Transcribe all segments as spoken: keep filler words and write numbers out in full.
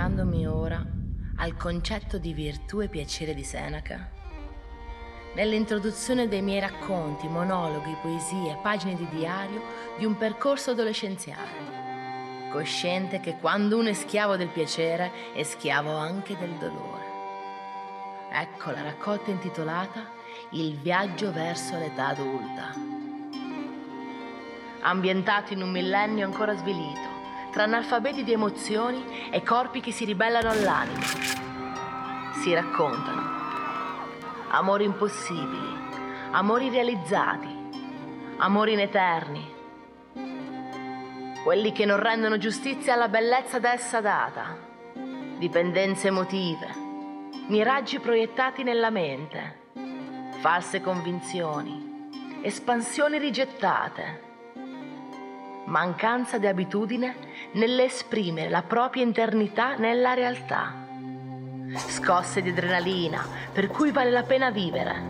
avvicinandomi ora al concetto di virtù e piacere di Seneca, nell'introduzione dei miei racconti, monologhi, poesie, pagine di diario di un percorso adolescenziale, cosciente che quando uno è schiavo del piacere è schiavo anche del dolore. Ecco la raccolta intitolata Il viaggio verso l'età adulta, ambientato in un millennio ancora svilito, tra analfabeti di emozioni e corpi che si ribellano all'anima. Si raccontano amori impossibili, amori realizzati, amori ineterni, quelli che non rendono giustizia alla bellezza da essa data, dipendenze emotive, miraggi proiettati nella mente, false convinzioni, espansioni rigettate, mancanza di abitudine nell'esprimere la propria internità nella realtà, scosse di adrenalina per cui vale la pena vivere.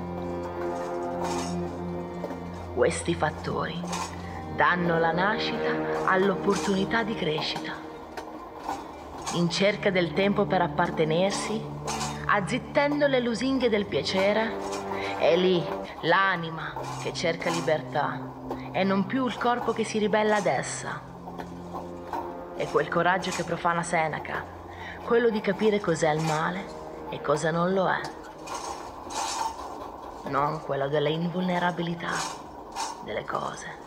Questi fattori danno la nascita all'opportunità di crescita. In cerca del tempo per appartenersi, azzittendo le lusinghe del piacere, è lì l'anima che cerca libertà e non più il corpo che si ribella ad essa. È quel coraggio che profana Seneca, quello di capire cos'è il male e cosa non lo è, non quello della invulnerabilità delle cose.